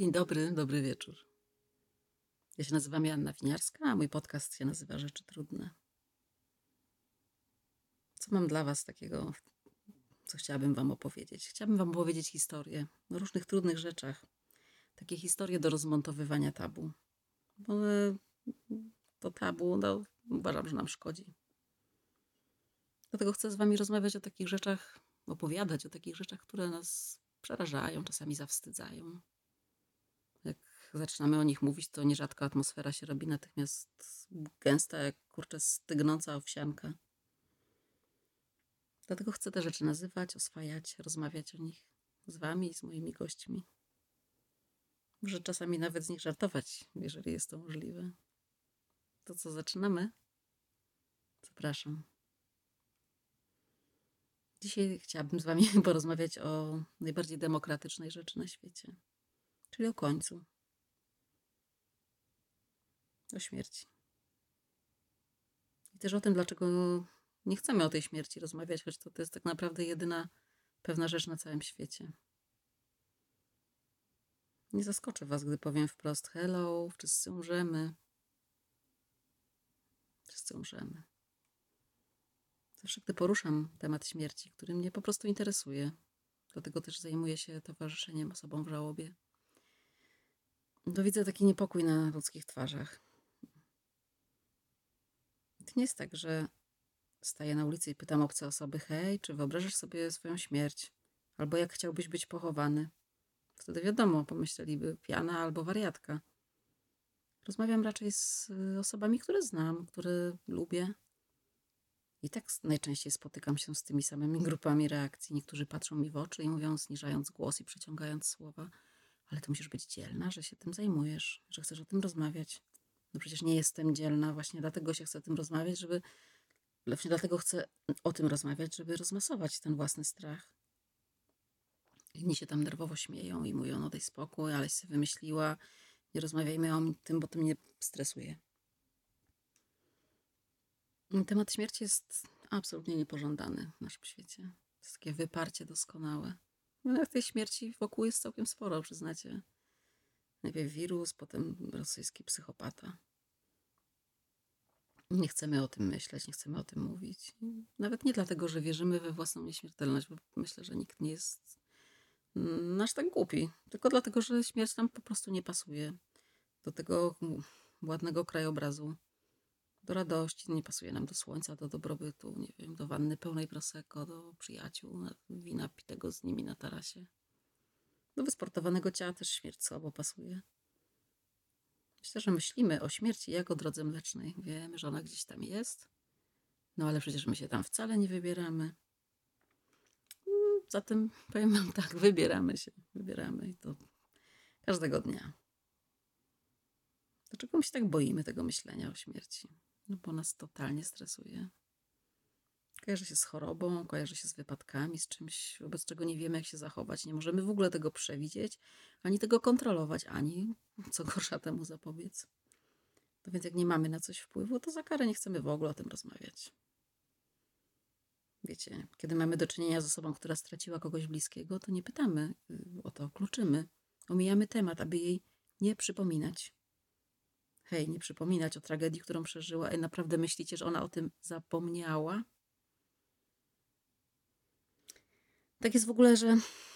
Dzień dobry, dobry wieczór. Ja się nazywam Joanna Winiarska, a mój podcast się nazywa Rzeczy Trudne. Co mam dla was takiego, co chciałabym wam opowiedzieć? Chciałabym wam opowiedzieć historię o różnych trudnych rzeczach. Takie historie do rozmontowywania tabu. Bo to tabu, uważam, że nam szkodzi. Dlatego chcę z wami rozmawiać o takich rzeczach, opowiadać o takich rzeczach, które nas przerażają, czasami zawstydzają. Jak zaczynamy o nich mówić, to nierzadko atmosfera się robi natychmiast gęsta, jak stygnąca owsianka. Dlatego chcę te rzeczy nazywać, oswajać, rozmawiać o nich z wami i z moimi gośćmi. Może czasami nawet z nich żartować, jeżeli jest to możliwe. To co, zaczynamy? Zapraszam. Dzisiaj chciałabym z wami porozmawiać o najbardziej demokratycznej rzeczy na świecie, czyli o końcu. O śmierci. I też o tym, dlaczego nie chcemy o tej śmierci rozmawiać, choć to jest tak naprawdę jedyna pewna rzecz na całym świecie. Nie zaskoczę was, gdy powiem wprost: hello, wszyscy umrzemy. Wszyscy umrzemy. Zawsze, gdy poruszam temat śmierci, który mnie po prostu interesuje, dlatego też zajmuję się towarzyszeniem osobom w żałobie, to widzę taki niepokój na ludzkich twarzach. To nie jest tak, że staję na ulicy i pytam obce osoby: hej, czy wyobrażasz sobie swoją śmierć? Albo jak chciałbyś być pochowany? Wtedy wiadomo, pomyśleliby pijana albo wariatka. Rozmawiam raczej z osobami, które znam, które lubię. I tak najczęściej spotykam się z tymi samymi grupami reakcji. Niektórzy patrzą mi w oczy i mówią, zniżając głos i przeciągając słowa: ale ty musisz być dzielna, że się tym zajmujesz, że chcesz o tym rozmawiać. No przecież nie jestem dzielna, właśnie dlatego się chcę o tym rozmawiać, właśnie dlatego chcę o tym rozmawiać, żeby rozmasować ten własny strach. Inni się tam nerwowo śmieją i mówią: no daj spokój, aleś sobie wymyśliła, nie rozmawiajmy o tym, bo to mnie stresuje. Temat śmierci jest absolutnie niepożądany w naszym świecie. To jest takie wyparcie doskonałe. No, tej śmierci wokół jest całkiem sporo, przyznacie. Najpierw wirus, potem rosyjski psychopata. Nie chcemy o tym myśleć, nie chcemy o tym mówić. Nawet nie dlatego, że wierzymy we własną nieśmiertelność, bo myślę, że nikt nie jest aż tak głupi. Tylko dlatego, że śmierć nam po prostu nie pasuje do tego ładnego krajobrazu, do radości, nie pasuje nam do słońca, do dobrobytu, nie wiem, do wanny pełnej prosecco, do przyjaciół, wina pitego z nimi na tarasie. Do wysportowanego ciała też śmierć słabo pasuje. Myślę, że myślimy o śmierci jak o drodze mlecznej. Wiemy, że ona gdzieś tam jest, no ale przecież my się tam wcale nie wybieramy. Zatem powiem wam tak, wybieramy i to każdego dnia. Dlaczego my się tak boimy tego myślenia o śmierci? No bo nas totalnie stresuje. Kojarzy się z chorobą, kojarzy się z wypadkami, z czymś, wobec czego nie wiemy, jak się zachować. Nie możemy w ogóle tego przewidzieć, ani tego kontrolować, ani, co gorsza, temu zapobiec. No więc jak nie mamy na coś wpływu, to za karę nie chcemy w ogóle o tym rozmawiać. Wiecie, kiedy mamy do czynienia z osobą, która straciła kogoś bliskiego, to nie pytamy o to, kluczymy. Omijamy temat, aby jej nie przypominać. Hej, nie przypominać o tragedii, którą przeżyła. I naprawdę myślicie, że ona o tym zapomniała? Tak jest w ogóle, że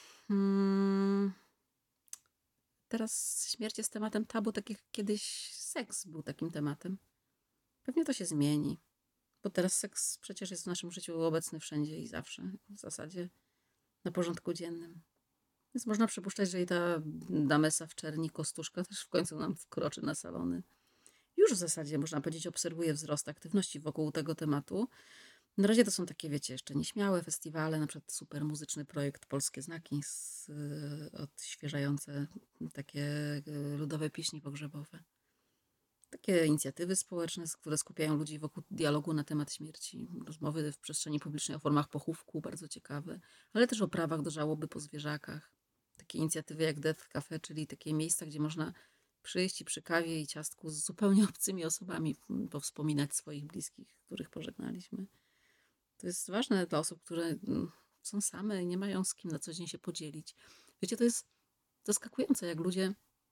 teraz śmierć jest tematem tabu, tak jak kiedyś seks był takim tematem. Pewnie to się zmieni, bo teraz seks przecież jest w naszym życiu obecny wszędzie i zawsze, w zasadzie na porządku dziennym. Więc można przypuszczać, że i ta damesa w czerni, Kostuszka, też w końcu nam wkroczy na salony. Już w zasadzie, można powiedzieć, obserwuję wzrost aktywności wokół tego tematu. Na razie to są takie, wiecie, jeszcze nieśmiałe festiwale, na przykład super muzyczny projekt Polskie Znaki, odświeżające takie ludowe pieśni pogrzebowe. Takie inicjatywy społeczne, które skupiają ludzi wokół dialogu na temat śmierci. Rozmowy w przestrzeni publicznej o formach pochówku, bardzo ciekawe, ale też o prawach do żałoby po zwierzakach. Takie inicjatywy jak Death Cafe, czyli takie miejsca, gdzie można przyjść i przy kawie i ciastku z zupełnie obcymi osobami powspominać swoich bliskich, których pożegnaliśmy. To jest ważne dla osób, które są same i nie mają z kim na co dzień się podzielić. Wiecie, to jest zaskakujące, jak ludzie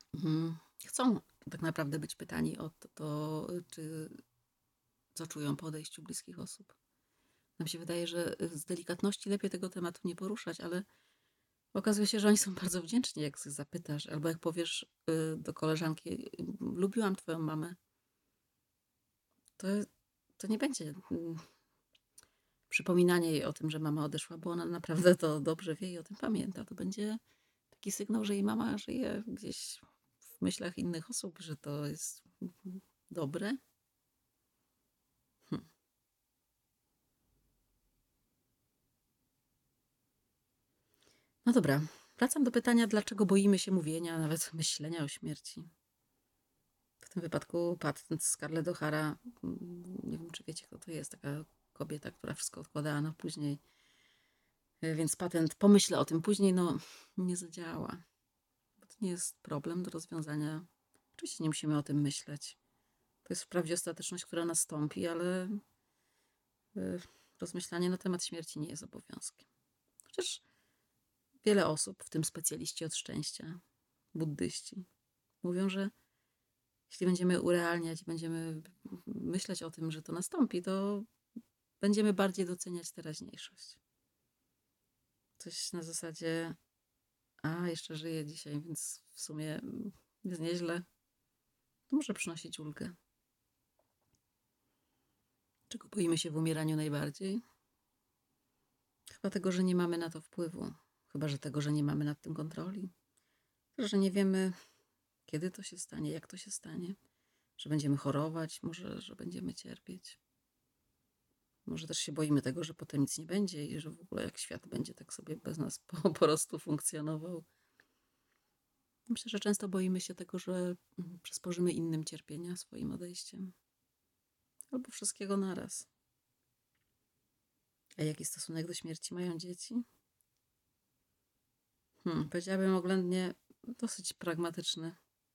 Chcą tak naprawdę być pytani o to, czy co czują po odejściu bliskich osób. Nam się wydaje, że z delikatności lepiej tego tematu nie poruszać, ale okazuje się, że oni są bardzo wdzięczni, jak zapytasz, albo jak powiesz do koleżanki, lubiłam twoją mamę, to, to nie będzie przypominanie jej o tym, że mama odeszła, bo ona naprawdę to dobrze wie i o tym pamięta. To będzie taki sygnał, że jej mama żyje gdzieś w myślach innych osób, że to jest dobre. Hm. No dobra, wracam do pytania, dlaczego boimy się mówienia, a nawet myślenia o śmierci. W tym wypadku patent Scarlett O'Hara, nie wiem, czy wiecie, kto to jest, taka kobieta, która wszystko odkładała na później. Więc patent pomyślę o tym później, no nie zadziała. Bo to nie jest problem do rozwiązania. Oczywiście nie musimy o tym myśleć. To jest wprawdzie ostateczność, która nastąpi, ale rozmyślanie na temat śmierci nie jest obowiązkiem. Chociaż wiele osób, w tym specjaliści od szczęścia, buddyści, mówią, że jeśli będziemy urealniać i będziemy myśleć o tym, że to nastąpi, to będziemy bardziej doceniać teraźniejszość. Coś na zasadzie, a jeszcze żyję dzisiaj, więc w sumie jest nieźle. To może przynosić ulgę. Czego boimy się w umieraniu najbardziej? Chyba tego, że nie mamy na to wpływu. Chyba, że tego, że nie mamy nad tym kontroli. Że nie wiemy, kiedy to się stanie, jak to się stanie. Że będziemy chorować, może, że będziemy cierpieć. Może też się boimy tego, że potem nic nie będzie i że w ogóle jak świat będzie tak sobie bez nas po prostu funkcjonował. Myślę, że często boimy się tego, że przysporzymy innym cierpienia swoim odejściem. Albo wszystkiego naraz. A jaki stosunek do śmierci mają dzieci? Powiedziałabym oględnie dosyć pragmatyczny.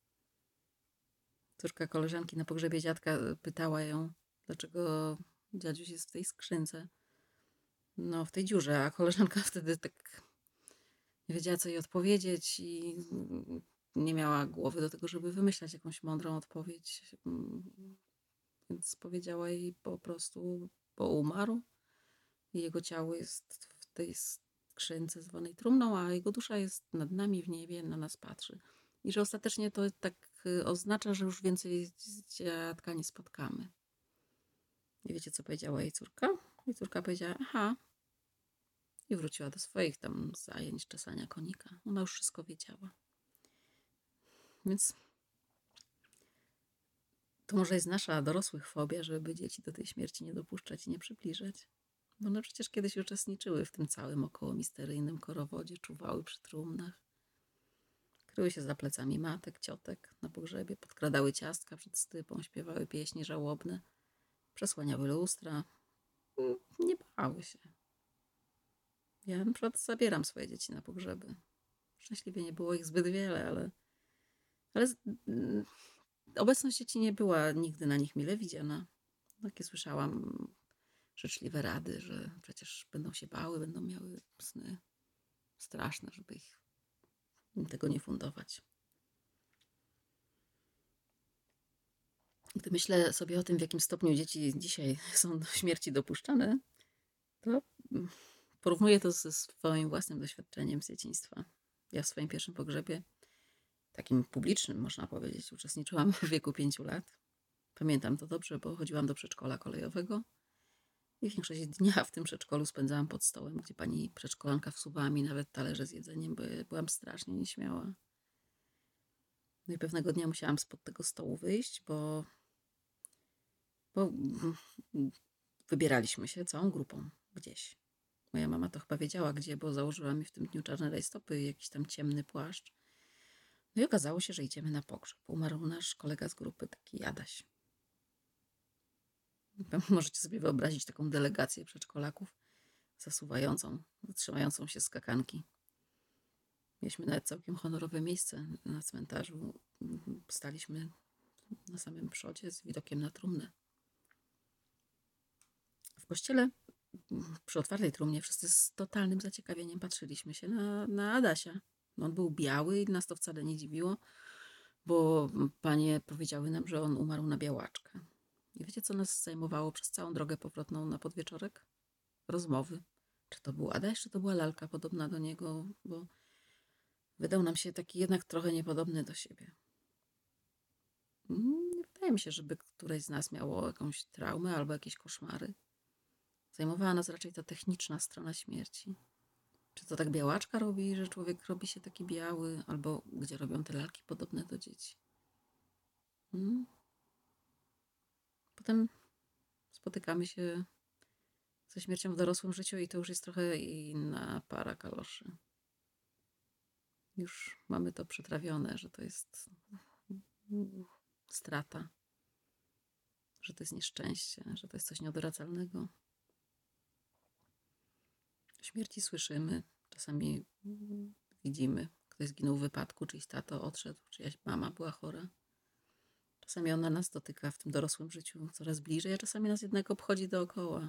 Córka koleżanki na pogrzebie dziadka pytała ją, dlaczego dziaduś jest w tej skrzynce. No, w tej dziurze, a koleżanka wtedy tak nie wiedziała, co jej odpowiedzieć i nie miała głowy do tego, żeby wymyślać jakąś mądrą odpowiedź. Więc powiedziała jej po prostu, bo umarł i jego ciało jest w tej skrzynce zwanej trumną, a jego dusza jest nad nami w niebie, na nas patrzy. I że ostatecznie to tak oznacza, że już więcej dziadka nie spotkamy. I wiecie, co powiedziała jej córka? Jej córka powiedziała, aha. I wróciła do swoich tam zajęć czesania konika. Ona już wszystko wiedziała. Więc to może jest nasza dorosłych fobia, żeby dzieci do tej śmierci nie dopuszczać i nie przybliżać. Bo one przecież kiedyś uczestniczyły w tym całym około misteryjnym korowodzie, czuwały przy trumnach. Kryły się za plecami matek, ciotek na pogrzebie, podkradały ciastka przed stypą, śpiewały pieśni żałobne, przesłaniały lustra. Nie bały się. Ja na przykład zabieram swoje dzieci na pogrzeby. Szczęśliwie nie było ich zbyt wiele, ale obecność dzieci nie była nigdy na nich mile widziana. Takie słyszałam życzliwe rady, że przecież będą się bały, będą miały sny straszne, żeby im tego nie fundować. Gdy myślę sobie o tym, w jakim stopniu dzieci dzisiaj są do śmierci dopuszczane, to porównuję to ze swoim własnym doświadczeniem z dzieciństwa. Ja w swoim pierwszym pogrzebie, takim publicznym można powiedzieć, uczestniczyłam w wieku 5 lat. Pamiętam to dobrze, bo chodziłam do przedszkola kolejowego i większość dnia w tym przedszkolu spędzałam pod stołem, gdzie pani przedszkolanka wsuwała mi nawet talerze z jedzeniem, bo byłam strasznie nieśmiała. No i pewnego dnia musiałam spod tego stołu wyjść, bo wybieraliśmy się całą grupą gdzieś. Moja mama to chyba wiedziała gdzie, bo założyła mi w tym dniu czarne rajstopy i jakiś tam ciemny płaszcz. No i okazało się, że idziemy na pogrzeb. Umarł nasz kolega z grupy, taki Adaś. Możecie sobie wyobrazić taką delegację przedszkolaków zasuwającą, trzymającą się skakanki. Mieliśmy nawet całkiem honorowe miejsce na cmentarzu. Staliśmy na samym przodzie z widokiem na trumnę. W kościele przy otwartej trumnie wszyscy z totalnym zaciekawieniem patrzyliśmy się na Adasia. No on był biały i nas to wcale nie dziwiło, bo panie powiedziały nam, że on umarł na białaczkę. I wiecie, co nas zajmowało przez całą drogę powrotną na podwieczorek? Rozmowy. Czy to był Adaś, czy to była lalka podobna do niego, bo wydał nam się taki jednak trochę niepodobny do siebie. Nie wydaje mi się, żeby któreś z nas miało jakąś traumę albo jakieś koszmary. Zajmowała nas raczej ta techniczna strona śmierci. Czy to tak białaczka robi, że człowiek robi się taki biały, albo gdzie robią te lalki podobne do dzieci? Potem spotykamy się ze śmiercią w dorosłym życiu i to już jest trochę inna para kaloszy. Już mamy to przetrawione, że to jest strata, że to jest nieszczęście, że to jest coś nieodwracalnego. Śmierci słyszymy, czasami widzimy, ktoś zginął w wypadku, czyjś tato odszedł, czyjaś mama była chora. Czasami ona nas dotyka w tym dorosłym życiu coraz bliżej, a czasami nas jednak obchodzi dookoła.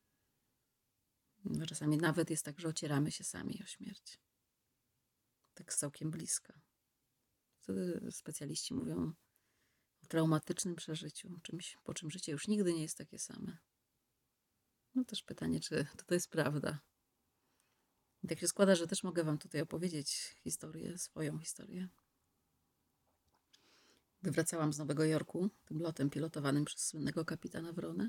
Czasami nawet jest tak, że ocieramy się sami o śmierć. Tak z całkiem bliska. Wtedy specjaliści mówią o traumatycznym przeżyciu, czymś, po czym życie już nigdy nie jest takie same. No też pytanie, czy to jest prawda. I tak się składa, że też mogę wam tutaj opowiedzieć historię, swoją historię. Gdy wracałam z Nowego Jorku, tym lotem pilotowanym przez słynnego kapitana Wronę,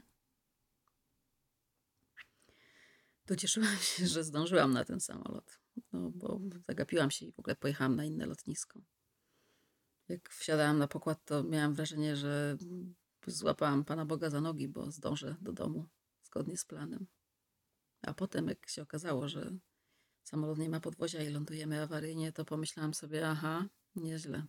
to cieszyłam się, że zdążyłam na ten samolot. No, bo zagapiłam się i w ogóle pojechałam na inne lotnisko. Jak wsiadałam na pokład, to miałam wrażenie, że złapałam Pana Boga za nogi, bo zdążę do domu zgodnie z planem. A potem, jak się okazało, że samolot nie ma podwozia i lądujemy awaryjnie, to pomyślałam sobie, aha, nieźle.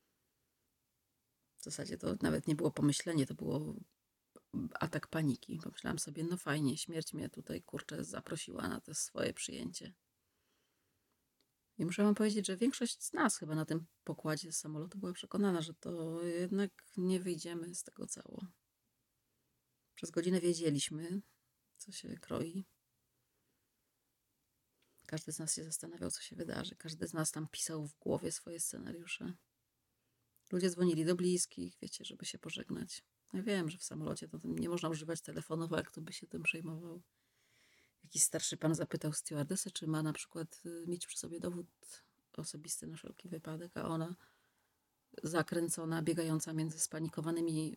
W zasadzie to nawet nie było pomyślenie, to było atak paniki. Pomyślałam sobie, no fajnie, śmierć mnie tutaj, kurczę, zaprosiła na to swoje przyjęcie. I muszę wam powiedzieć, że większość z nas chyba na tym pokładzie z samolotu była przekonana, że to jednak nie wyjdziemy z tego cało. Przez godzinę wiedzieliśmy, co się kroi. Każdy z nas się zastanawiał, co się wydarzy. Każdy z nas tam pisał w głowie swoje scenariusze. Ludzie dzwonili do bliskich, wiecie, żeby się pożegnać. Ja wiem, że w samolocie to nie można używać telefonów, a kto by się tym przejmował. Jakiś starszy pan zapytał stewardessę, czy ma na przykład mieć przy sobie dowód osobisty na wszelki wypadek, a ona zakręcona, biegająca między spanikowanymi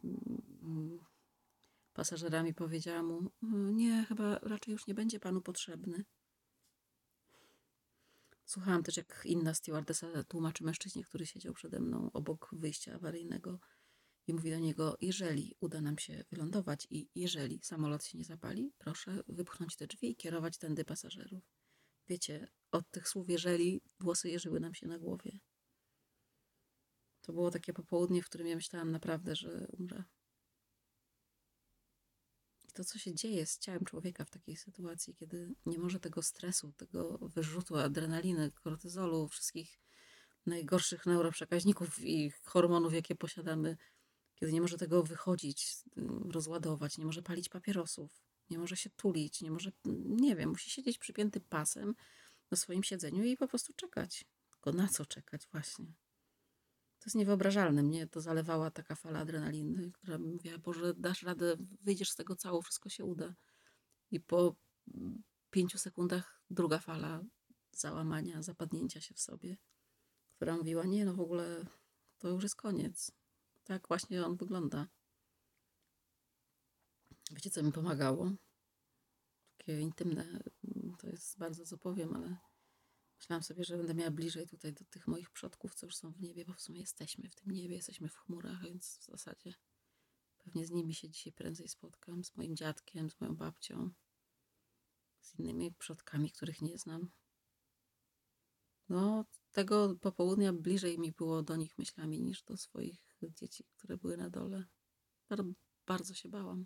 pasażerami powiedziała mu, nie, chyba raczej już nie będzie panu potrzebny. Słuchałam też, jak inna stewardessa tłumaczy mężczyźnie, który siedział przede mną obok wyjścia awaryjnego i mówi do niego, jeżeli uda nam się wylądować i jeżeli samolot się nie zapali, proszę wypchnąć te drzwi i kierować tędy pasażerów. Wiecie, od tych słów jeżeli włosy jeżyły nam się na głowie. To było takie popołudnie, w którym ja myślałam naprawdę, że umrę. I to, co się dzieje z ciałem człowieka w takiej sytuacji, kiedy nie może tego stresu, tego wyrzutu adrenaliny, kortyzolu, wszystkich najgorszych neuroprzekaźników i hormonów, jakie posiadamy, kiedy nie może tego wychodzić, rozładować, nie może palić papierosów, nie może się tulić, nie może, nie wiem, musi siedzieć przypięty pasem na swoim siedzeniu i po prostu czekać. Tylko na co czekać właśnie? To jest niewyobrażalne. Mnie to zalewała taka fala adrenaliny, która mi mówiła, Boże, dasz radę, wyjdziesz z tego cało, wszystko się uda. I po 5 sekundach druga fala załamania, zapadnięcia się w sobie, która mówiła, nie, no w ogóle to już jest koniec. Tak właśnie on wygląda. Wiecie, co mi pomagało? Takie intymne, to jest bardzo, co powiem, ale myślałam sobie, że będę miała bliżej tutaj do tych moich przodków, co już są w niebie, bo w sumie jesteśmy w tym niebie, jesteśmy w chmurach, więc w zasadzie pewnie z nimi się dzisiaj prędzej spotkam, z moim dziadkiem, z moją babcią, z innymi przodkami, których nie znam. No, tego popołudnia bliżej mi było do nich myślami niż do swoich dzieci, które były na dole. Bardzo się bałam.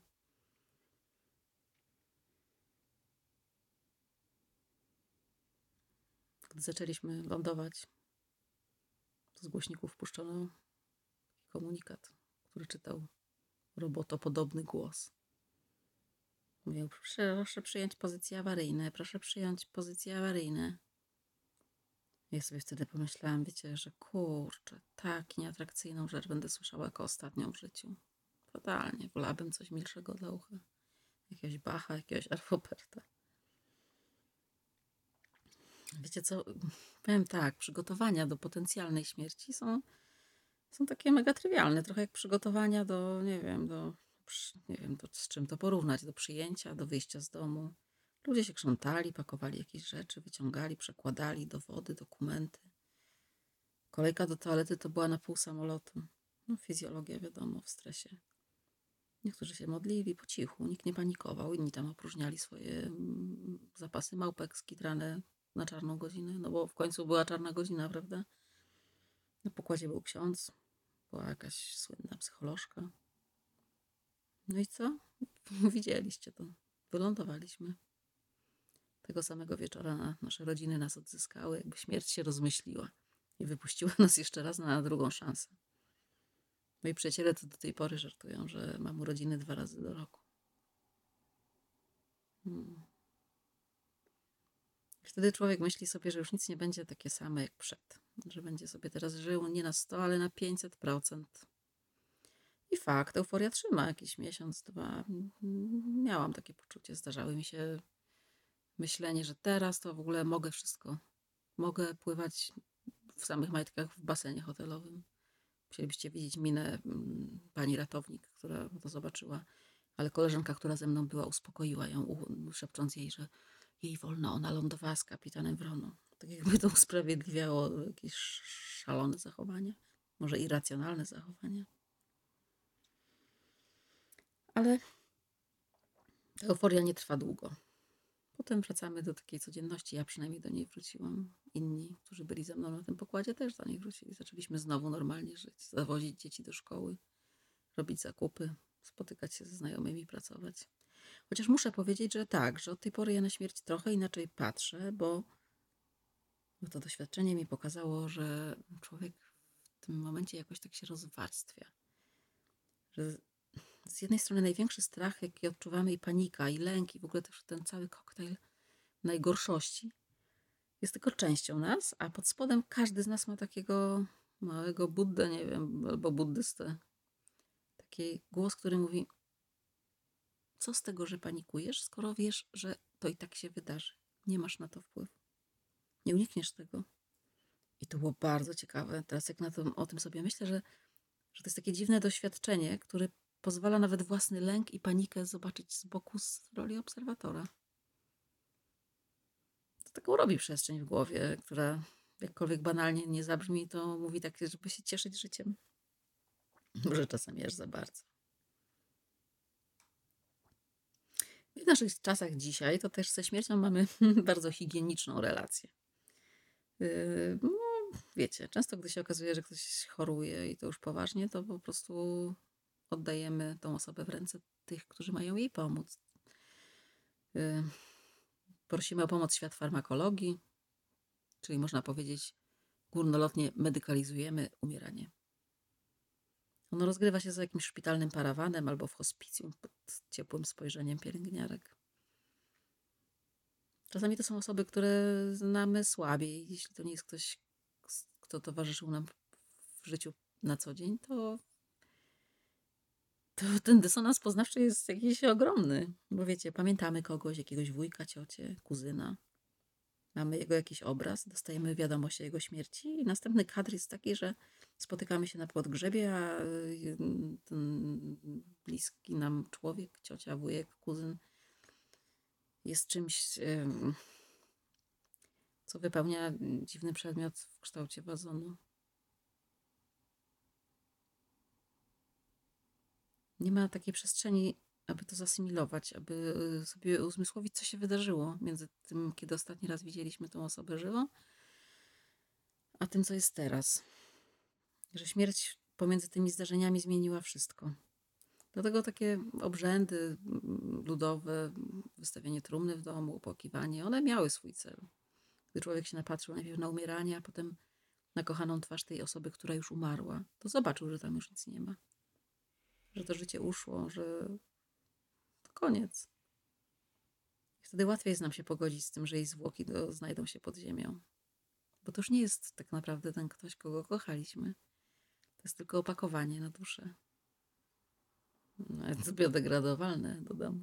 Gdy zaczęliśmy lądować, to z głośników puszczono komunikat, który czytał robotopodobny głos. Mówił, proszę przyjąć pozycje awaryjne, proszę przyjąć pozycje awaryjne. Ja sobie wtedy pomyślałam, wiecie, że kurczę, tak nieatrakcyjną rzecz będę słyszała jako ostatnią w życiu. Totalnie. Wolałabym coś milszego dla ucha. Jakiegoś Bacha, jakiegoś Arwoperta. Wiecie co? Powiem tak, przygotowania do potencjalnej śmierci są takie mega trywialne. Trochę jak przygotowania do, nie wiem, z czym to porównać, do przyjęcia, do wyjścia z domu. Ludzie się krzątali, pakowali jakieś rzeczy, wyciągali, przekładali dowody, dokumenty. Kolejka do toalety to była na pół samolotu. No, fizjologia, wiadomo, w stresie. Niektórzy się modlili po cichu, nikt nie panikował, inni tam opróżniali swoje zapasy małpek skitrane na czarną godzinę, no bo w końcu była czarna godzina, prawda? Na pokładzie był ksiądz, była jakaś słynna psycholożka. No i co? Widzieliście to. Wylądowaliśmy. Tego samego wieczora nasze rodziny nas odzyskały, jakby śmierć się rozmyśliła i wypuściła nas jeszcze raz na drugą szansę. Moi przyjaciele to do tej pory żartują, że mam urodziny 2 razy do roku. Wtedy człowiek myśli sobie, że już nic nie będzie takie same jak przed. Że będzie sobie teraz żył nie na 100, ale na 500%. I fakt, euforia trzyma jakiś miesiąc, 2. Miałam takie poczucie, zdarzały mi się myślenie, że teraz to w ogóle mogę wszystko. Mogę pływać w samych majtkach w basenie hotelowym. Musielibyście widzieć minę pani ratownik, która to zobaczyła. Ale koleżanka, która ze mną była, uspokoiła ją, szepcząc jej, że jej wolno, ona lądowała z kapitanem Wroną. Tak jakby to usprawiedliwiało jakieś szalone zachowanie. Może irracjonalne zachowanie. Ale ta euforia nie trwa długo. Potem wracamy do takiej codzienności. Ja przynajmniej do niej wróciłam. Inni, którzy byli ze mną na tym pokładzie, też do niej wrócili. Zaczęliśmy znowu normalnie żyć, zawozić dzieci do szkoły, robić zakupy, spotykać się ze znajomymi, pracować. Chociaż muszę powiedzieć, że tak, że od tej pory ja na śmierć trochę inaczej patrzę, bo to doświadczenie mi pokazało, że człowiek w tym momencie jakoś tak się rozwarstwia. Że z jednej strony największy strach, jaki odczuwamy, i panika, i lęk, i w ogóle też ten cały koktajl najgorszości jest tylko częścią nas, a pod spodem każdy z nas ma takiego małego Buddę, nie wiem, albo buddystę. Taki głos, który mówi: co z tego, że panikujesz, skoro wiesz, że to i tak się wydarzy. Nie masz na to wpływu. Nie unikniesz tego. I to było bardzo ciekawe. Teraz jak o tym sobie myślę, że to jest takie dziwne doświadczenie, które pozwala nawet własny lęk i panikę zobaczyć z boku, z roli obserwatora. To taką robi przestrzeń w głowie, która jakkolwiek banalnie nie zabrzmi, to mówi tak, żeby się cieszyć życiem. Może czasami aż za bardzo. W naszych czasach dzisiaj to też ze śmiercią mamy bardzo higieniczną relację. No, wiecie, często gdy się okazuje, że ktoś choruje i to już poważnie, to po prostu oddajemy tą osobę w ręce tych, którzy mają jej pomóc. Prosimy o pomoc świat farmakologii, czyli można powiedzieć górnolotnie medykalizujemy umieranie. Ono rozgrywa się za jakimś szpitalnym parawanem albo w hospicjum pod ciepłym spojrzeniem pielęgniarek. Czasami to są osoby, które znamy słabiej. Jeśli to nie jest ktoś, kto towarzyszył nam w życiu na co dzień, to ten dysonans poznawczy jest jakiś ogromny. Bo wiecie, pamiętamy kogoś, jakiegoś wujka, ciocię, kuzyna. Mamy jego jakiś obraz, dostajemy wiadomość o jego śmierci i następny kadr jest taki, że spotykamy się na pogrzebie, a ten bliski nam człowiek, ciocia, wujek, kuzyn jest czymś, co wypełnia dziwny przedmiot w kształcie wazonu. Nie ma takiej przestrzeni, aby to zasymilować, aby sobie uzmysłowić, co się wydarzyło między tym, kiedy ostatni raz widzieliśmy tą osobę żywą, a tym, co jest teraz. Że śmierć pomiędzy tymi zdarzeniami zmieniła wszystko. Dlatego takie obrzędy ludowe, wystawianie trumny w domu, upłakiwanie, one miały swój cel. Gdy człowiek się napatrzył najpierw na umieranie, a potem na kochaną twarz tej osoby, która już umarła, to zobaczył, że tam już nic nie ma. Że to życie uszło, że to koniec. I wtedy łatwiej jest nam się pogodzić z tym, że jej zwłoki znajdą się pod ziemią. Bo to już nie jest tak naprawdę ten ktoś, kogo kochaliśmy. To jest tylko opakowanie na duszę. Nawet biodegradowalne, dodam.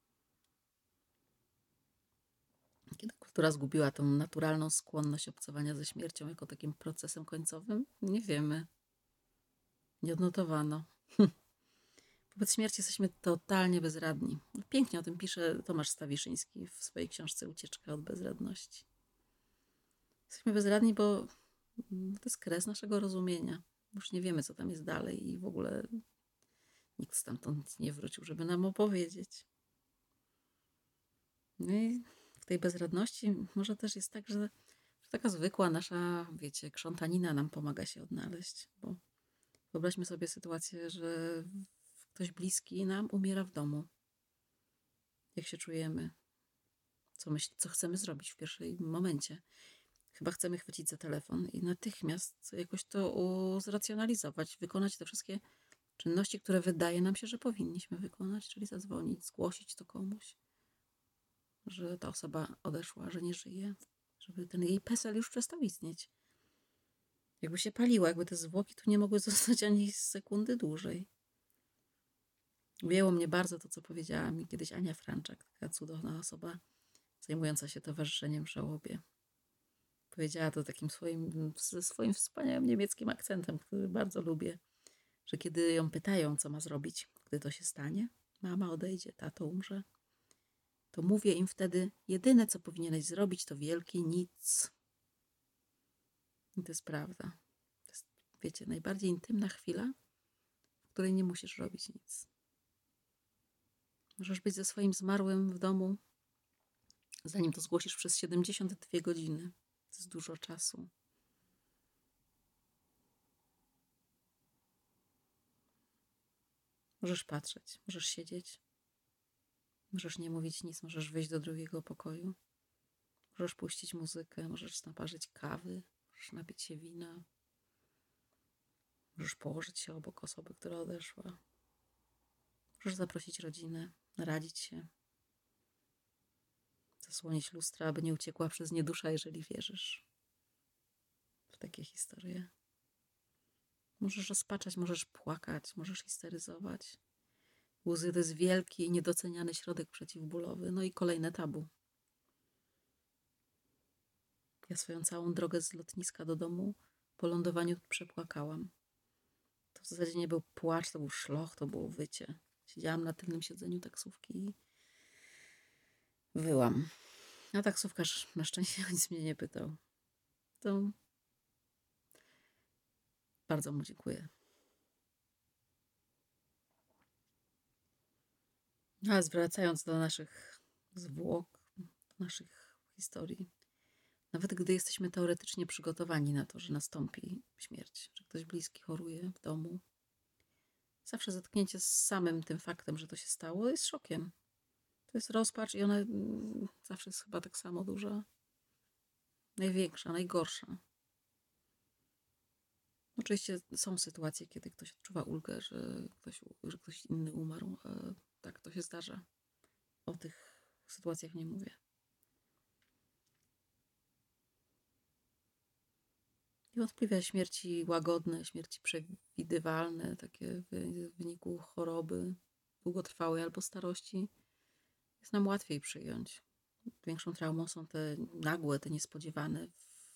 Kiedy kultura zgubiła tą naturalną skłonność obcowania ze śmiercią jako takim procesem końcowym? Nie wiemy. Nie odnotowano. Wobec śmierci jesteśmy totalnie bezradni. Pięknie o tym pisze Tomasz Stawiszyński w swojej książce Ucieczka od bezradności. Jesteśmy bezradni, bo to jest kres naszego rozumienia. Już nie wiemy, co tam jest dalej i w ogóle nikt stamtąd nie wrócił, żeby nam opowiedzieć. No i w tej bezradności może też jest tak, że taka zwykła nasza, wiecie, krzątanina nam pomaga się odnaleźć, bo wyobraźmy sobie sytuację, że ktoś bliski nam umiera w domu. Jak się czujemy? Co chcemy zrobić w pierwszym momencie? Chyba chcemy chwycić za telefon i natychmiast jakoś to zracjonalizować, wykonać te wszystkie czynności, które wydaje nam się, że powinniśmy wykonać, czyli zadzwonić, zgłosić to komuś, że ta osoba odeszła, że nie żyje, żeby ten jej PESEL już przestał istnieć. Jakby się paliła, jakby te zwłoki tu nie mogły zostać ani sekundy dłużej. Ujęło mnie bardzo to, co powiedziała mi kiedyś Ania Franczak, taka cudowna osoba zajmująca się towarzyszeniem w żałobie. Powiedziała to takim ze swoim wspaniałym niemieckim akcentem, który bardzo lubię, że kiedy ją pytają, co ma zrobić, gdy to się stanie, mama odejdzie, tato umrze, to mówię im wtedy, jedyne, co powinieneś zrobić, to wielkie nic. I to jest prawda. To jest, wiecie, najbardziej intymna chwila, w której nie musisz robić nic. Możesz być ze swoim zmarłym w domu, zanim to zgłosisz, przez 72 godziny. To jest dużo czasu. Możesz patrzeć, możesz siedzieć, możesz nie mówić nic, możesz wyjść do drugiego pokoju, możesz puścić muzykę, możesz naparzyć kawy, możesz napić się wina, możesz położyć się obok osoby, która odeszła, możesz zaprosić rodzinę, naradzić się, zasłonić lustra, aby nie uciekła przez nie dusza, jeżeli wierzysz w takie historie. Możesz rozpaczać, możesz płakać, możesz histeryzować. Łzy to jest wielki i niedoceniany środek przeciwbólowy. No i kolejne tabu. Ja swoją całą drogę z lotniska do domu po lądowaniu przepłakałam. To w zasadzie nie był płacz, to był szloch, to było wycie. Siedziałam na tylnym siedzeniu taksówki i wyłam. A taksówkarz na szczęście nic mnie nie pytał. To bardzo mu dziękuję. A wracając do naszych zwłok, do naszych historii. Nawet gdy jesteśmy teoretycznie przygotowani na to, że nastąpi śmierć, że ktoś bliski choruje w domu, zawsze zetknięcie z samym tym faktem, że to się stało, jest szokiem. To jest rozpacz i ona zawsze jest chyba tak samo duża. Największa, najgorsza. Oczywiście są sytuacje, kiedy ktoś odczuwa ulgę, że ktoś inny umarł. Tak, to się zdarza. O tych sytuacjach nie mówię. Niewątpliwie śmierci łagodne, śmierci przewidywalne, takie w wyniku choroby długotrwałej albo starości, jest nam łatwiej przyjąć. Większą traumą są te nagłe, te niespodziewane,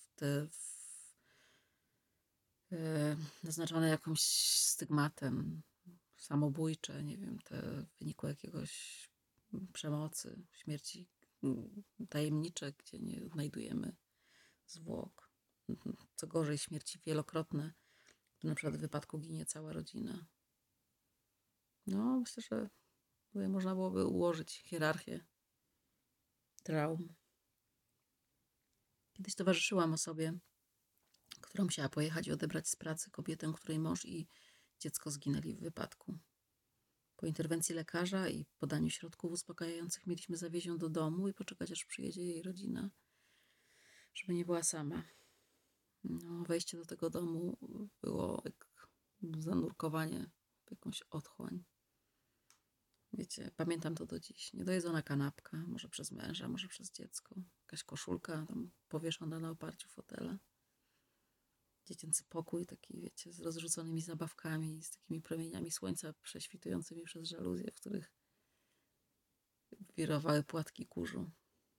naznaczone jakimś stygmatem, samobójcze, nie wiem, te w wyniku jakiegoś przemocy, śmierci tajemnicze, gdzie nie odnajdujemy zwłok. Co gorzej, śmierci wielokrotne, na przykład w wypadku ginie cała rodzina. No, myślę, że tutaj można byłoby ułożyć hierarchię traum. Kiedyś towarzyszyłam osobie, która musiała pojechać i odebrać z pracy kobietę, której mąż i dziecko zginęli w wypadku. Po interwencji lekarza i podaniu środków uspokajających mieliśmy zawieźć ją do domu i poczekać, aż przyjedzie jej rodzina, żeby nie była sama. No, wejście do tego domu było jak zanurkowanie w jakąś otchłań. Wiecie, pamiętam to do dziś. Niedojedzona kanapka, może przez męża, może przez dziecko. Jakaś koszulka tam powieszona na oparciu fotela. dziecięcy pokój, taki wiecie, z rozrzuconymi zabawkami, z takimi promieniami słońca prześwitującymi przez żaluzje, w których wirowały płatki kurzu.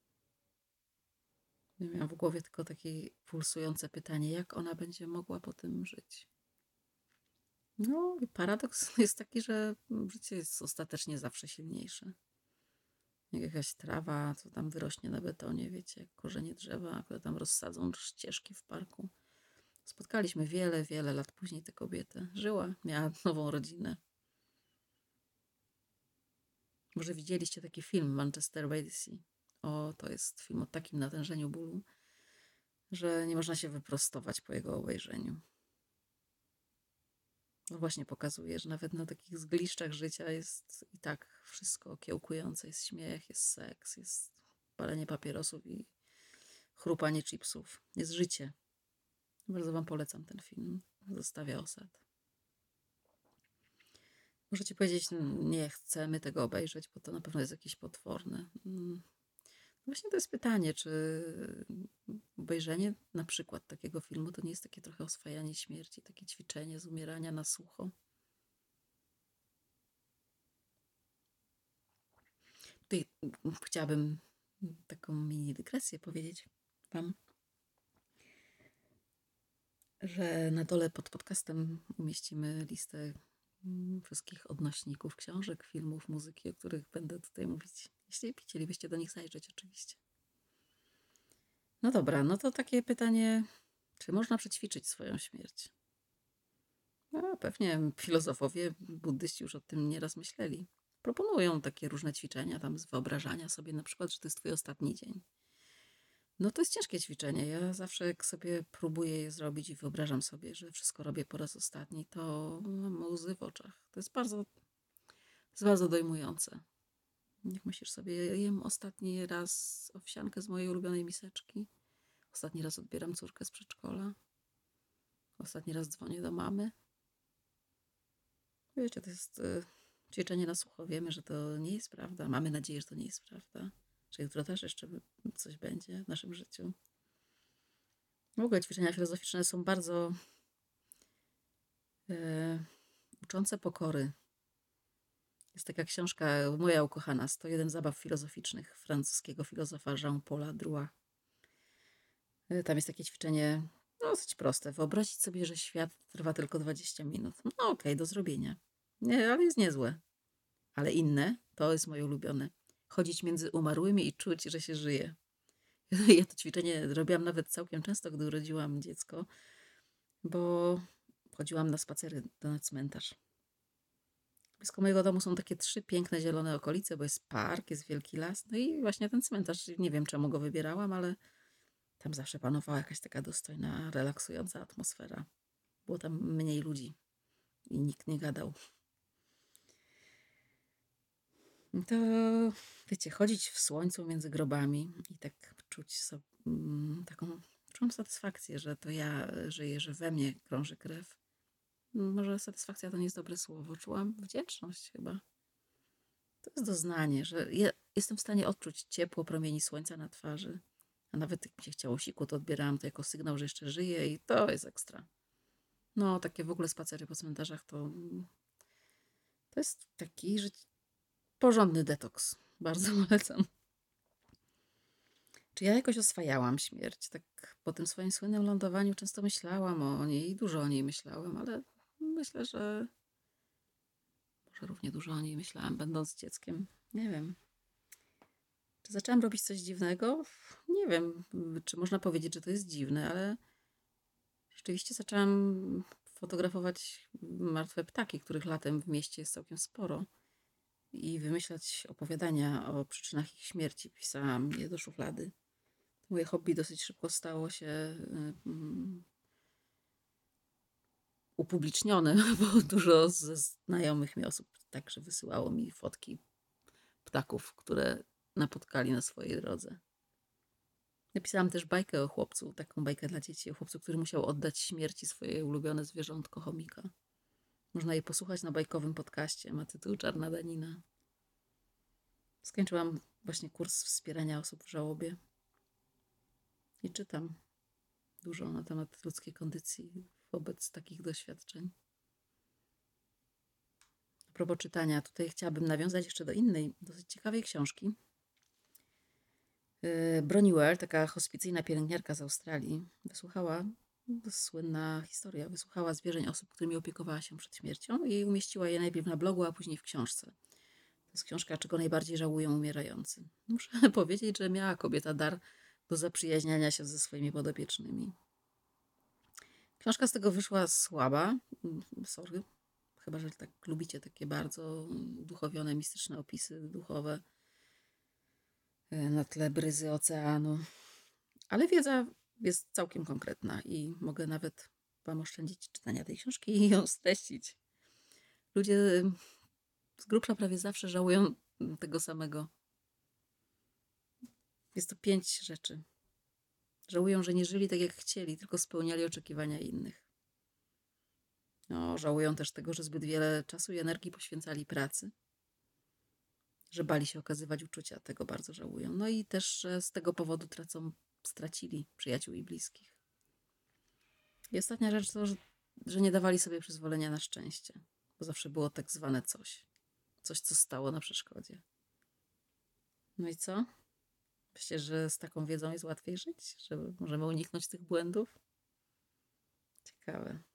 Ja miałam w głowie tylko takie pulsujące pytanie, jak ona będzie mogła po tym żyć. No i paradoks jest taki, że życie jest ostatecznie zawsze silniejsze. Jak jakaś trawa, co tam wyrośnie na betonie, wiecie, jak korzenie drzewa, które tam rozsadzą ścieżki w parku. Spotkaliśmy wiele, wiele lat później tę kobietę. Żyła, miała nową rodzinę. Może widzieliście taki film Manchester by the Sea. O, to jest film o takim natężeniu bólu, że nie można się wyprostować po jego obejrzeniu. No właśnie pokazuje, że nawet na takich zgliszczach życia jest i tak wszystko kiełkujące. Jest śmiech, jest seks, jest palenie papierosów i chrupanie chipsów. Jest życie. Bardzo wam polecam ten film. Zostawia osad. Możecie powiedzieć, nie chcemy tego obejrzeć, bo to na pewno jest jakieś potworne. Właśnie to jest pytanie, czy obejrzenie na przykład takiego filmu to nie jest takie trochę oswajanie śmierci, takie ćwiczenie z umierania na sucho. Tutaj chciałabym taką mini dygresję powiedzieć wam, że na dole pod podcastem umieścimy listę wszystkich odnośników książek, filmów, muzyki, o których będę tutaj mówić. Jeśli chcielibyście do nich zajrzeć, oczywiście. No dobra, no to takie pytanie, czy można przećwiczyć swoją śmierć? No, pewnie filozofowie, buddyści już o tym nieraz myśleli. Proponują takie różne ćwiczenia, tam z wyobrażania sobie na przykład, że to jest twój ostatni dzień. No to jest ciężkie ćwiczenie. Ja zawsze jak sobie próbuję je zrobić i wyobrażam sobie, że wszystko robię po raz ostatni, to mam łzy w oczach. To jest bardzo dojmujące. Jak myślisz sobie, jem ostatni raz owsiankę z mojej ulubionej miseczki. Ostatni raz odbieram córkę z przedszkola. Ostatni raz dzwonię do mamy. Wiecie, to jest ćwiczenie na sucho. Wiemy, że to nie jest prawda. Mamy nadzieję, że to nie jest prawda. Że jutro też jeszcze coś będzie w naszym życiu. W ogóle ćwiczenia filozoficzne są bardzo uczące pokory. Jest taka książka moja ukochana, 101 zabaw filozoficznych francuskiego filozofa Jean-Paula Drouin. Tam jest takie ćwiczenie dosyć proste. Wyobrazić sobie, że świat trwa tylko 20 minut. No okej, do zrobienia. Nie, ale jest niezłe. Ale inne, to jest moje ulubione. Chodzić między umarłymi i czuć, że się żyje. Ja to ćwiczenie robiłam nawet całkiem często, gdy urodziłam dziecko, bo chodziłam na spacery na cmentarz. Blisko mojego domu są takie 3 piękne zielone okolice, bo jest park, jest wielki las. No i właśnie ten cmentarz, nie wiem czemu go wybierałam, ale tam zawsze panowała jakaś taka dostojna, relaksująca atmosfera. Było tam mniej ludzi i nikt nie gadał. To, wiecie, chodzić w słońcu między grobami i tak czuć sobie czułam satysfakcję, że to ja żyję, że we mnie krąży krew. Może satysfakcja to nie jest dobre słowo. Czułam wdzięczność chyba. To jest doznanie, że jestem w stanie odczuć ciepło promieni słońca na twarzy. A nawet jak mi się chciało siku, to odbierałam to jako sygnał, że jeszcze żyję i to jest ekstra. No, takie w ogóle spacery po cmentarzach to jest taki porządny detoks. Bardzo polecam. Czy ja jakoś oswajałam śmierć? Tak po tym swoim słynnym lądowaniu często myślałam o niej i dużo o niej myślałam, ale myślę, że może równie dużo o niej myślałam, będąc dzieckiem. Nie wiem. Czy zaczęłam robić coś dziwnego? Nie wiem, czy można powiedzieć, że to jest dziwne, ale rzeczywiście zaczęłam fotografować martwe ptaki, których latem w mieście jest całkiem sporo. I wymyślać opowiadania o przyczynach ich śmierci. Pisałam je do szuflady. Moje hobby dosyć szybko stało się upublicznione, bo dużo ze znajomych mi osób także wysyłało mi fotki ptaków, które napotkali na swojej drodze. Napisałam też bajkę o chłopcu, taką bajkę dla dzieci, o chłopcu, który musiał oddać śmierci swoje ulubione zwierzątko chomika. Można je posłuchać na bajkowym podcaście, ma tytuł Czarna Danina. Skończyłam właśnie kurs wspierania osób w żałobie i czytam. dużo na temat ludzkiej kondycji wobec takich doświadczeń. A propos czytania, tutaj chciałabym nawiązać jeszcze do innej, dosyć ciekawej książki. Bronnie Ware, taka hospicyjna pielęgniarka z Australii, wysłuchała, to słynna historia, wysłuchała zwierzeń osób, którymi opiekowała się przed śmiercią i umieściła je najpierw na blogu, a później w książce. To jest książka, czego najbardziej żałują umierający. Muszę powiedzieć, że miała kobieta dar do zaprzyjaźniania się ze swoimi podopiecznymi. Książka z tego wyszła słaba, sorry, chyba że tak lubicie takie bardzo duchowione, mistyczne opisy duchowe na tle bryzy oceanu. Ale wiedza jest całkiem konkretna i mogę nawet wam oszczędzić czytania tej książki i ją streścić. Ludzie z grubsza prawie zawsze żałują tego samego. Jest to 5 rzeczy. Żałują, że nie żyli tak jak chcieli, tylko spełniali oczekiwania innych. No, żałują też tego, że zbyt wiele czasu i energii poświęcali pracy. Że bali się okazywać uczucia, tego bardzo żałują. No i też, że z tego powodu stracili przyjaciół i bliskich. I ostatnia rzecz to, że nie dawali sobie przyzwolenia na szczęście, bo zawsze było tak zwane coś. Coś, co stało na przeszkodzie. No i co? Myślę, że z taką wiedzą jest łatwiej żyć? Że możemy uniknąć tych błędów? Ciekawe.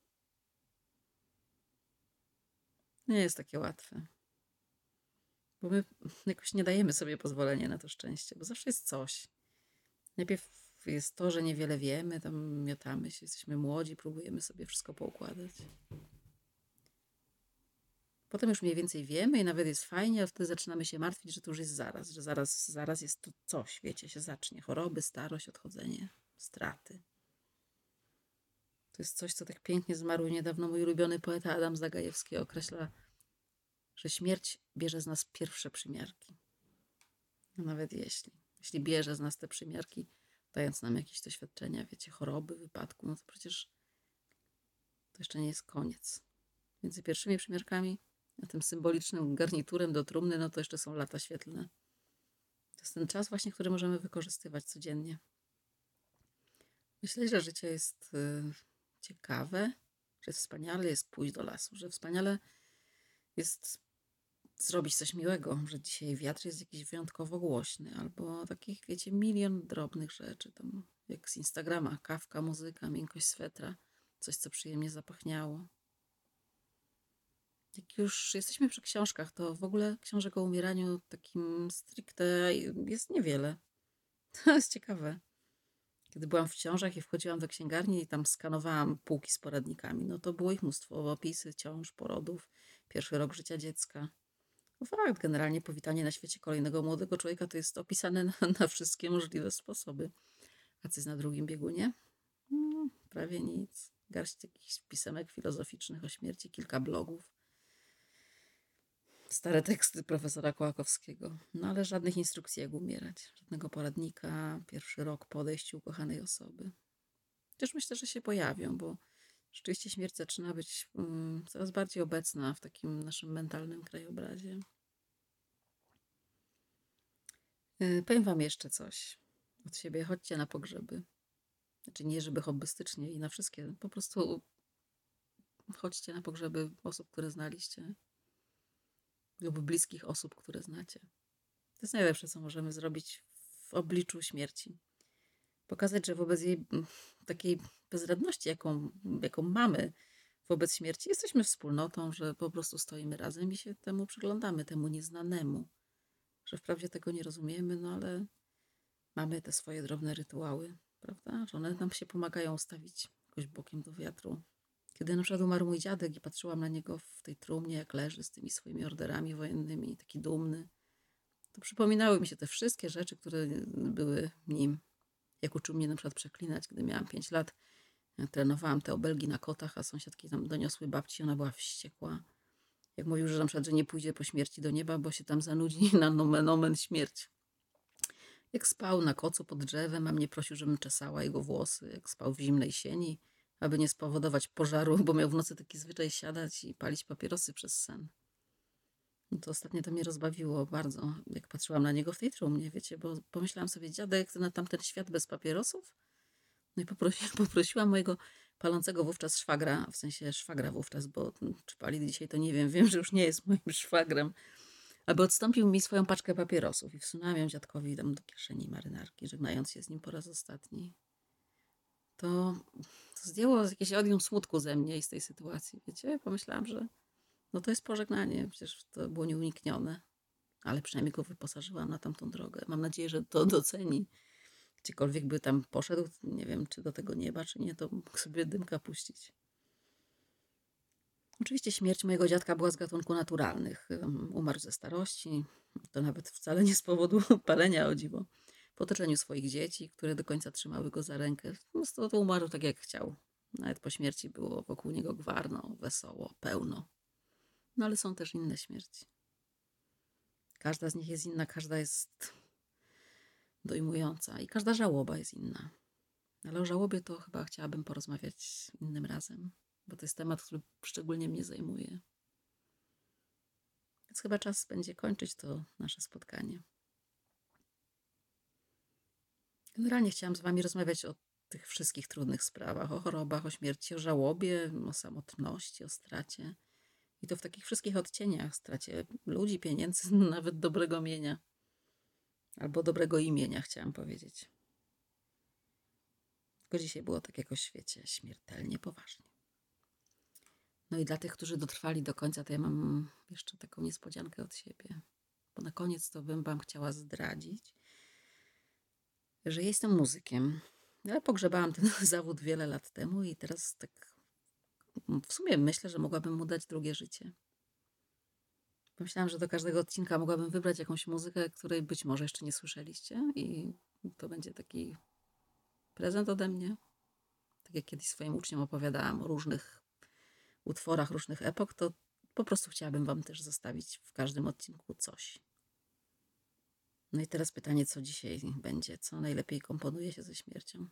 Nie jest takie łatwe. Bo my jakoś nie dajemy sobie pozwolenia na to szczęście, bo zawsze jest coś. Najpierw jest to, że niewiele wiemy, tam miotamy się, jesteśmy młodzi, próbujemy sobie wszystko poukładać. Potem już mniej więcej wiemy i nawet jest fajnie, a wtedy zaczynamy się martwić, że to już jest zaraz, że zaraz jest to coś, wiecie, się zacznie. Choroby, starość, odchodzenie, straty. To jest coś, co tak pięknie zmarł niedawno mój ulubiony poeta Adam Zagajewski określa, że śmierć bierze z nas pierwsze przymiarki. No nawet jeśli bierze z nas te przymiarki, dając nam jakieś doświadczenia, wiecie, choroby, wypadku, no to przecież to jeszcze nie jest koniec. Między pierwszymi przymiarkami a tym symbolicznym garniturem do trumny, no to jeszcze są lata świetlne. To jest ten czas właśnie, który możemy wykorzystywać codziennie. Myślę, że życie jest ciekawe, że wspaniale jest pójść do lasu, że wspaniale jest zrobić coś miłego, że dzisiaj wiatr jest jakiś wyjątkowo głośny, albo takich, wiecie, milion drobnych rzeczy, tam jak z Instagrama, kawka, muzyka, miękkość swetra, coś, co przyjemnie zapachniało. Jak już jesteśmy przy książkach, to w ogóle książek o umieraniu takim stricte jest niewiele. To jest ciekawe. Kiedy byłam w ciążach i wchodziłam do księgarni i tam skanowałam półki z poradnikami, no to było ich mnóstwo. Opisy ciąż, porodów, pierwszy rok życia dziecka. No fakt, generalnie powitanie na świecie kolejnego młodego człowieka to jest opisane na wszystkie możliwe sposoby. A co jest na drugim biegunie? Prawie nic. Garść jakichś pisemek filozoficznych o śmierci, kilka blogów. Stare teksty profesora Kołakowskiego. No ale żadnych instrukcji, jak umierać. Żadnego poradnika, pierwszy rok po odejściu ukochanej osoby. Też myślę, że się pojawią, bo rzeczywiście śmierć zaczyna być coraz bardziej obecna w takim naszym mentalnym krajobrazie. Powiem wam jeszcze coś od siebie. Chodźcie na pogrzeby. Znaczy nie, żeby hobbystycznie i na wszystkie. Po prostu chodźcie na pogrzeby osób, które znaliście. Lub bliskich osób, które znacie. To jest najlepsze, co możemy zrobić w obliczu śmierci. Pokazać, że wobec jej takiej bezradności, jaką mamy wobec śmierci, jesteśmy wspólnotą, że po prostu stoimy razem i się temu przyglądamy, temu nieznanemu. Że wprawdzie tego nie rozumiemy, no ale mamy te swoje drobne rytuały, prawda? Że one nam się pomagają ustawić jakoś bokiem do wiatru. Kiedy na przykład umarł mój dziadek i patrzyłam na niego w tej trumnie, jak leży z tymi swoimi orderami wojennymi, taki dumny, to przypominały mi się te wszystkie rzeczy, które były nim. Jak uczył mnie na przykład przeklinać, gdy miałam 5 lat. Ja trenowałam te obelgi na kotach, a sąsiadki tam doniosły babci, ona była wściekła. Jak mówił, że na przykład, że nie pójdzie po śmierci do nieba, bo się tam zanudzi na nomen omen śmierć. Jak spał na kocu pod drzewem, a mnie prosił, żebym czesała jego włosy. Jak spał w zimnej sieni, aby nie spowodować pożaru, bo miał w nocy taki zwyczaj siadać i palić papierosy przez sen. No to ostatnio to mnie rozbawiło bardzo, jak patrzyłam na niego w tej trumnie, wiecie, bo pomyślałam sobie, dziadek na tamten świat bez papierosów? No i poprosiłam mojego palącego wówczas szwagra, w sensie szwagra wówczas, bo czy pali dzisiaj, to nie wiem. Wiem, że już nie jest moim szwagrem, aby odstąpił mi swoją paczkę papierosów i wsunęłam ją dziadkowi tam do kieszeni marynarki, żegnając się z nim po raz ostatni. To zdjęło jakieś odium smutku ze mnie i z tej sytuacji, wiecie? Pomyślałam, że no to jest pożegnanie, przecież to było nieuniknione, ale przynajmniej go wyposażyłam na tamtą drogę. Mam nadzieję, że to doceni. Gdziekolwiek by tam poszedł, nie wiem, czy do tego nieba, czy nie, to mógł sobie dymka puścić. Oczywiście śmierć mojego dziadka była z gatunku naturalnych. Umarł ze starości, to nawet wcale nie z powodu palenia, o dziwo. Po otoczeniu swoich dzieci, które do końca trzymały go za rękę. To umarł tak, jak chciał. Nawet po śmierci było wokół niego gwarno, wesoło, pełno. No ale są też inne śmierci. Każda z nich jest inna, każda jest dojmująca i każda żałoba jest inna. Ale o żałobie to chyba chciałabym porozmawiać innym razem, bo to jest temat, który szczególnie mnie zajmuje. Więc chyba czas będzie kończyć to nasze spotkanie. Generalnie chciałam z wami rozmawiać o tych wszystkich trudnych sprawach, o chorobach, o śmierci, o żałobie, o samotności, o stracie. I to w takich wszystkich odcieniach, stracie ludzi, pieniędzy, nawet dobrego mienia. Albo dobrego imienia, chciałam powiedzieć. Tylko dzisiaj było tak jakoś, wiecie, śmiertelnie poważnie. No i dla tych, którzy dotrwali do końca, to ja mam jeszcze taką niespodziankę od siebie. Bo na koniec to bym wam chciała zdradzić, że jestem muzykiem. Ale pogrzebałam ten zawód wiele lat temu i teraz tak w sumie myślę, że mogłabym mu dać drugie życie. Pomyślałam, że do każdego odcinka mogłabym wybrać jakąś muzykę, której być może jeszcze nie słyszeliście i to będzie taki prezent ode mnie. Tak jak kiedyś swoim uczniom opowiadałam o różnych utworach, różnych epok, to po prostu chciałabym wam też zostawić w każdym odcinku coś. No i teraz pytanie, co dzisiaj będzie, co najlepiej komponuje się ze śmiercią.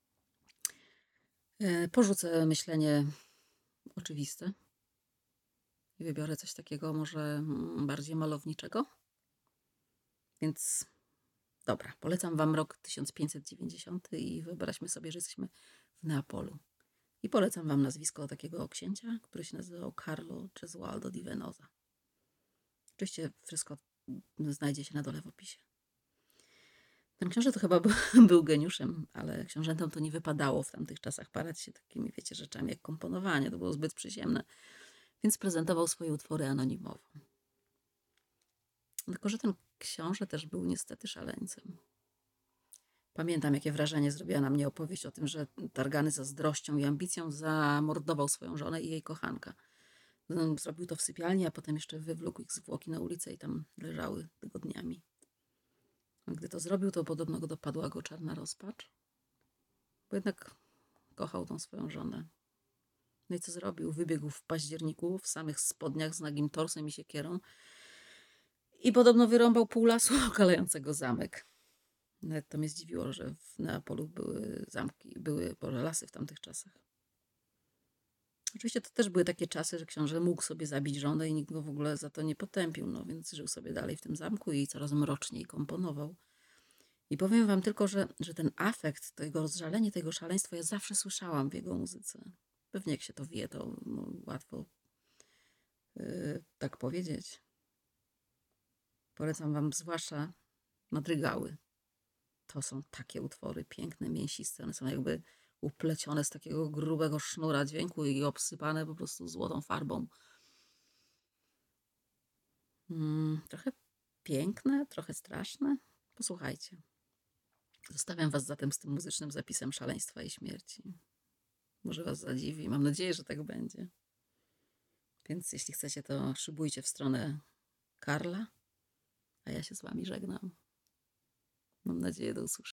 Porzucę myślenie oczywiste i wybiorę coś takiego może bardziej malowniczego. Więc dobra, polecam wam rok 1590 i wyobraźmy sobie, że jesteśmy w Neapolu. I polecam wam nazwisko takiego księcia, który się nazywał Carlo Gesualdo di Venosa. Oczywiście wszystko znajdzie się na dole w opisie. Ten książę to chyba był geniuszem, ale książętom to nie wypadało w tamtych czasach parać się takimi, wiecie, rzeczami jak komponowanie. To było zbyt przyziemne. Więc prezentował swoje utwory anonimowo. Tylko że ten książę też był niestety szaleńcem. Pamiętam, jakie wrażenie zrobiła na mnie opowieść o tym, że targany zazdrością i ambicją zamordował swoją żonę i jej kochanka. Zrobił to w sypialni, a potem jeszcze wywlókł ich zwłoki na ulicę i tam leżały tygodniami. A gdy to zrobił, to podobno dopadła go czarna rozpacz, bo jednak kochał tą swoją żonę. No i co zrobił? Wybiegł w październiku w samych spodniach z nagim torsem i siekierą i podobno wyrąbał pół lasu okalającego zamek. Nawet to mnie zdziwiło, że w Neapolu były zamki, były lasy w tamtych czasach. Oczywiście to też były takie czasy, że książę mógł sobie zabić żonę i nikt go w ogóle za to nie potępił, no więc żył sobie dalej w tym zamku i coraz mroczniej komponował. I powiem wam tylko, że ten afekt, to jego rozżalenie, tego szaleństwa ja zawsze słyszałam w jego muzyce. Pewnie jak się to wie, to łatwo tak powiedzieć. Polecam wam zwłaszcza madrygały. To są takie utwory piękne, mięsiste. One są jakby uplecione z takiego grubego sznura dźwięku i obsypane po prostu złotą farbą. Trochę piękne, trochę straszne. Posłuchajcie. Zostawiam was zatem z tym muzycznym zapisem szaleństwa i śmierci. Może was zadziwi. Mam nadzieję, że tak będzie. Więc jeśli chcecie, to szybujcie w stronę Karla, a ja się z wami żegnam. Mam nadzieję, do usłyszenia.